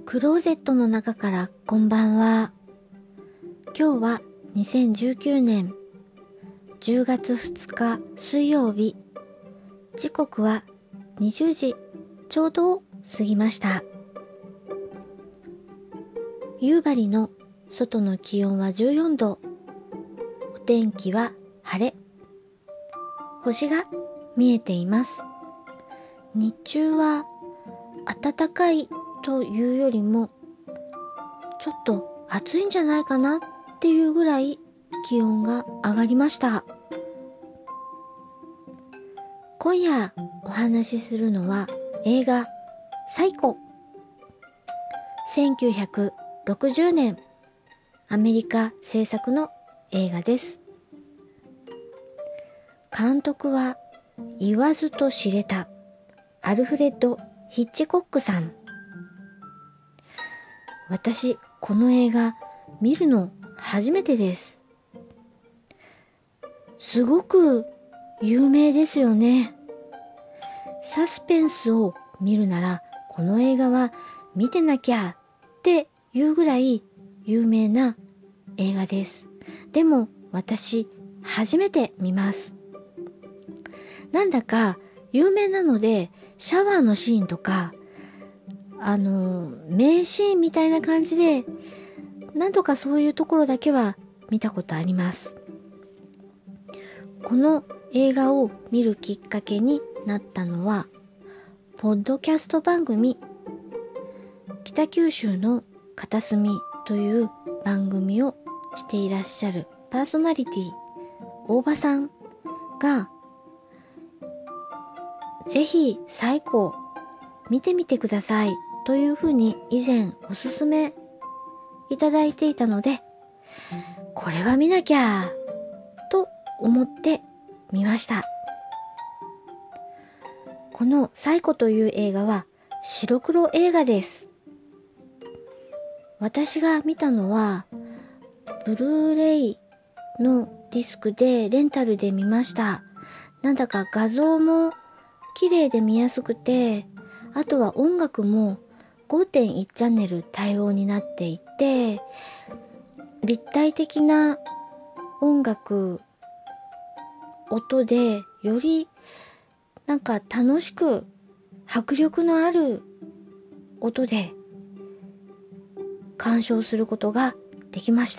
クローゼットの中からこんばんは。今日は2019年10月2日水曜日。時刻は20時ちょうどを過ぎました。夕張の外の気温は14度。お天気は晴れ。星が見えています。日中は暖かいというよりもちょっと暑いんじゃないかなっていうぐらい気温が上がりました。今夜お話しするのは映画サイコ。1960年アメリカ制作の映画です。監督は言わずと知れたアルフレッド・ヒッチコックさん。私、この映画見るの初めてです。すごく有名ですよね。サスペンスを見るならこの映画は見てなきゃっていうぐらい有名な映画です。でも私初めて見ます。なんだか有名なのでシャワーのシーンとか名シーンみたいな感じでなんとかそういうところだけは見たことあります。この映画を見るきっかけになったのはポッドキャスト番組北九州の片隅という番組をしていらっしゃるパーソナリティ大場さんがぜひサイコを見てみてくださいというふうに以前おすすめいただいていたので、これは見なきゃと思って見ました。このサイコという映画は白黒映画です。私が見たのはブルーレイのディスクでレンタルで見ました。なんだか画像も綺麗で見やすくて、あとは音楽も 5.1 チャンネル対応になっていて、立体的な音楽、音でよりなんか楽しく迫力のある音で鑑賞することができました。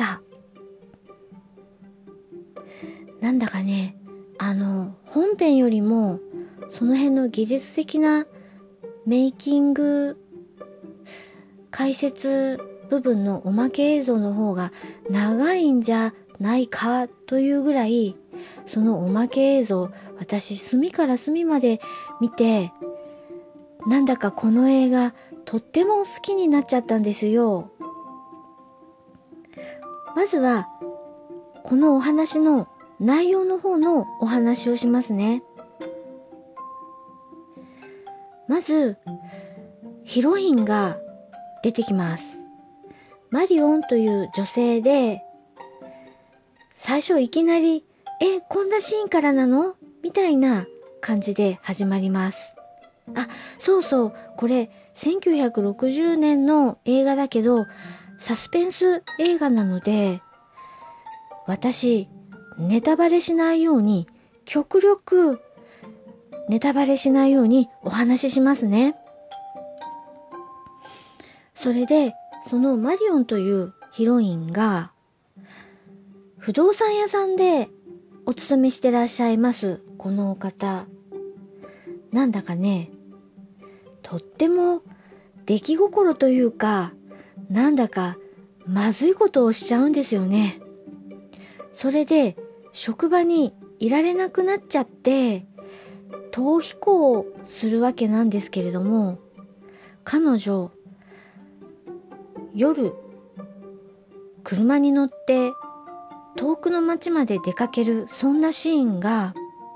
なんだかね、本編よりもその辺の技術的なメイキング解説部分のおまけ映像の方が長いんじゃないかというぐらい、そのおまけ映像私隅から隅まで見て、なんだかこの映画とっても好きになっちゃったんですよ。まずはこのお話の内容の方のお話をしますね。まずヒロインが出てきます。マリオンという女性で、最初いきなりこんなシーンからなのみたいな感じで始まります。そうそう、これ1960年の映画だけどサスペンス映画なので、私ネタバレしないように、極力ネタバレしないようにお話ししますね。それでそのマリオンというヒロインが不動産屋さんでお勤めしてらっしゃいます。このお方、なんだかね、とっても出来心というか、なんだかまずいことをしちゃうんですよね。それで職場にいられなくなっちゃって逃避行をするわけなんですけれども、彼女夜車に乗って遠くの町まで出かける、そんなシーンが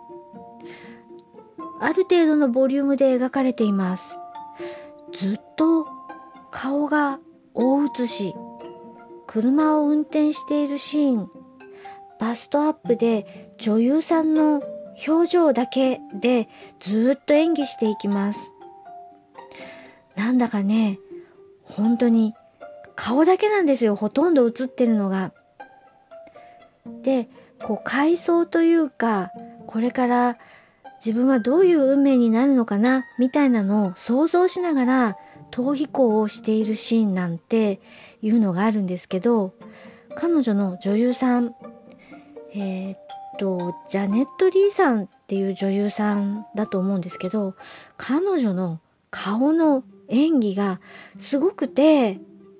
ある程度のボリュームで描かれています。ずっと顔が大写し、車を運転しているシーン、バストアップで女優さんの表情だけでずっと演技していきます。なんだかね、 本当に顔だけなんですよ、ほとんど映ってるのが。で、こう回想というか、これから自分はどういう運命になるのかなみたいなのを想像しながら逃避行をしているシーンなんていうのがあるんですけど、彼女の女優さん、ジャネット・リーさんっていう女優さんだと思うんですけど、彼女の顔の演技がすごくて、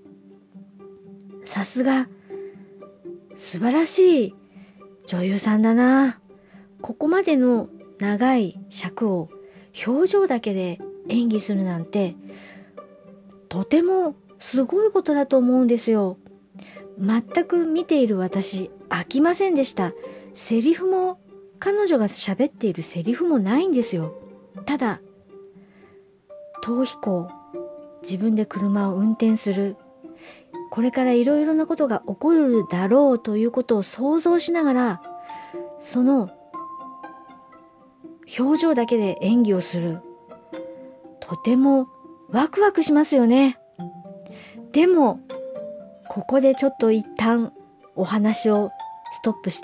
さすが素晴らしい女優さんだな。ここまでの長い尺を表情だけで演技するなんてとてもすごいことだと思うんですよ。全く見ている私飽きませんでした。セリフも、彼女が喋っているセリフもないんですよ。ただ逃避行、自分で車を運転する、これからいろいろなことが起こるだろうということを想像しながら、その表情だけで演技をする。とてもワクワクしますよね。でもここでちょっと一旦お話をストップして、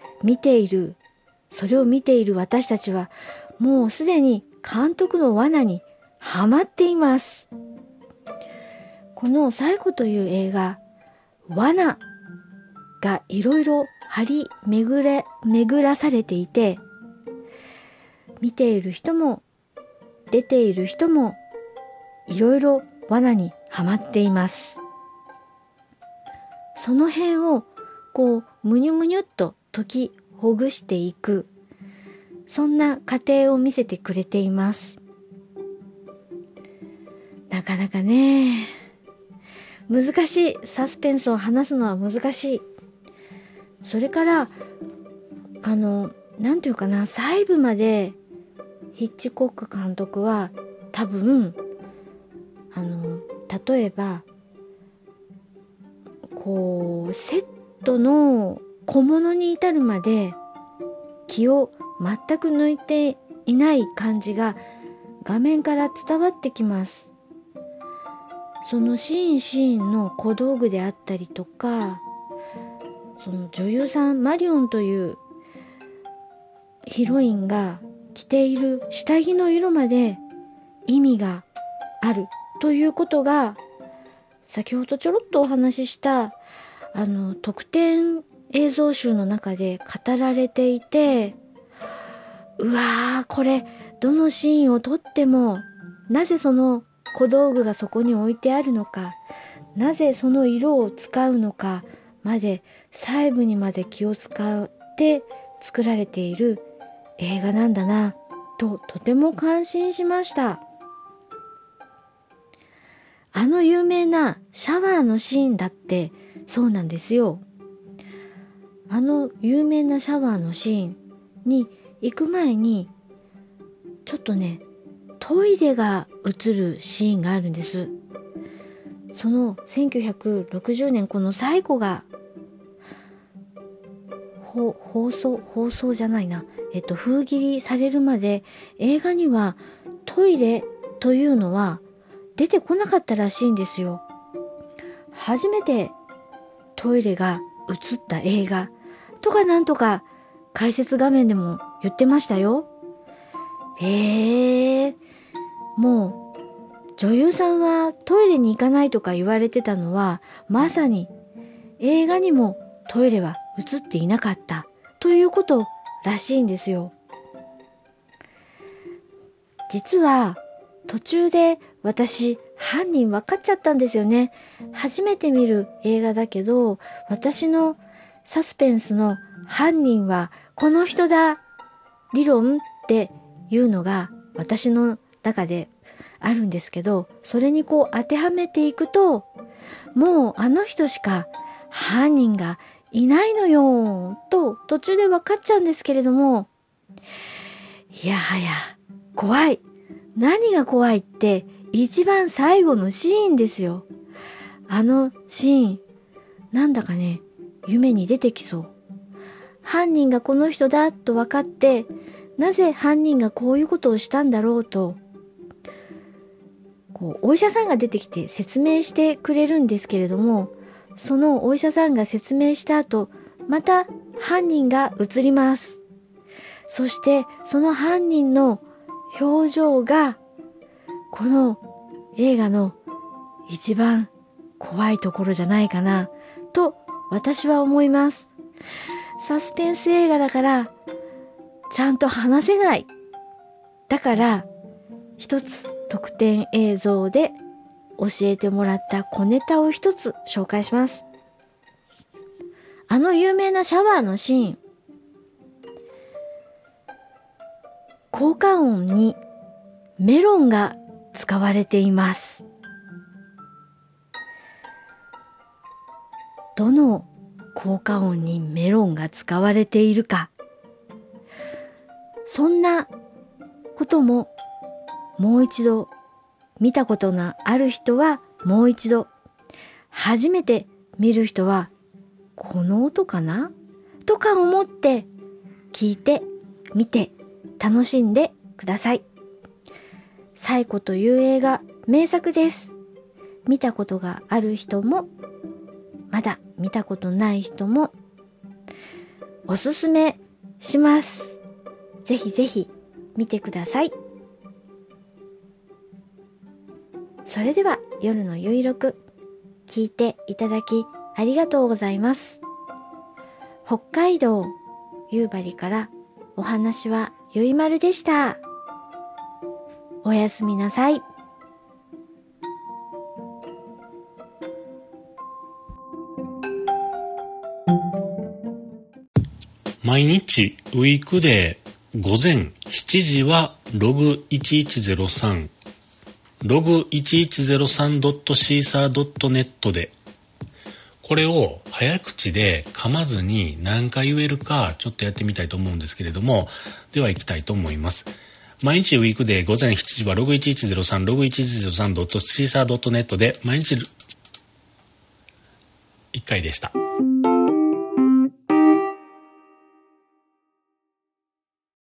それを見ている私たちはもうすでに監督の罠にはまっています。この最後という映画、罠がいろいろ張り巡らされていて、見ている人も出ている人もいろいろ罠にはまっています。その辺をこうむにゅむにゅっと解きほぐしていく、そんな過程を見せてくれています。なかなかね、難しい。サスペンスを話すのは難しい。それからなんていうかな、細部までヒッチコック監督は多分例えばこうセットの小物に至るまで気を全く抜いていない感じが画面から伝わってきます。そのシーンの小道具であったりとか、その女優さんマリオンというヒロインが着ている下着の色まで意味があるということが、先ほどちょろっとお話しした特典映像集の中で語られていて、うわー、これどのシーンを撮ってもなぜその小道具がそこに置いてあるのか、なぜその色を使うのかまで細部にまで気を使って作られている映画なんだなと、とても感心しました。有名なシャワーのシーンだってそうなんですよ。有名なシャワーのシーンに行く前にちょっとね、トイレが映るシーンがあるんです。その1960年、この最後が放送じゃないな、封切りされるまで映画にはトイレというのは出てこなかったらしいんですよ。初めてトイレが映った映画とかなんとか解説画面でも言ってましたよ。もう女優さんはトイレに行かないとか言われてたのは、まさに映画にもトイレは映っていなかったということらしいんですよ。実は途中で私犯人分かっちゃったんですよね。初めて見る映画だけど、私のサスペンスの犯人はこの人だ理論っていうのが私の中であるんですけど、それにこう当てはめていくと、もうあの人しか犯人がいないのよと途中で分かっちゃうんですけれども、いやはや怖い。何が怖いって一番最後のシーンですよ。あのシーン、なんだかね、夢に出てきそう。犯人がこの人だと分かって、なぜ犯人がこういうことをしたんだろうと、 お医者さんが出てきて説明してくれるんですけれども、そのお医者さんが説明した後、また犯人が映ります。そしてその犯人の表情がこの映画の一番怖いところじゃないかなと私は思います。サスペンス映画だからちゃんと話せない。だから一つ特典映像で教えてもらった小ネタを一つ紹介します。あの有名なシャワーのシーン、効果音にメロンが使われています。どの効果音にメロンが使われているか、そんなことももう一度、見たことのある人はもう一度、初めて見る人はこの音かなとか思って聞いて見て楽しんでください。サイコという映画、名作です。見たことがある人もまだ見たことない人もおすすめします。ぜひぜひ見てください。それでは夜のゆいろく、聞いていただきありがとうございます。北海道夕張からお話はゆいまるでした。おやすみなさい。 毎日ウィークデー午前7時はログ1103ログ 1103.caesar.net で、これを早口で噛まずに何回言えるかちょっとやってみたいと思うんですけれども、では行きたいと思います。毎日ウィークデー午前7時はログ1103ログ 1103.caesar.net で毎日1回でした。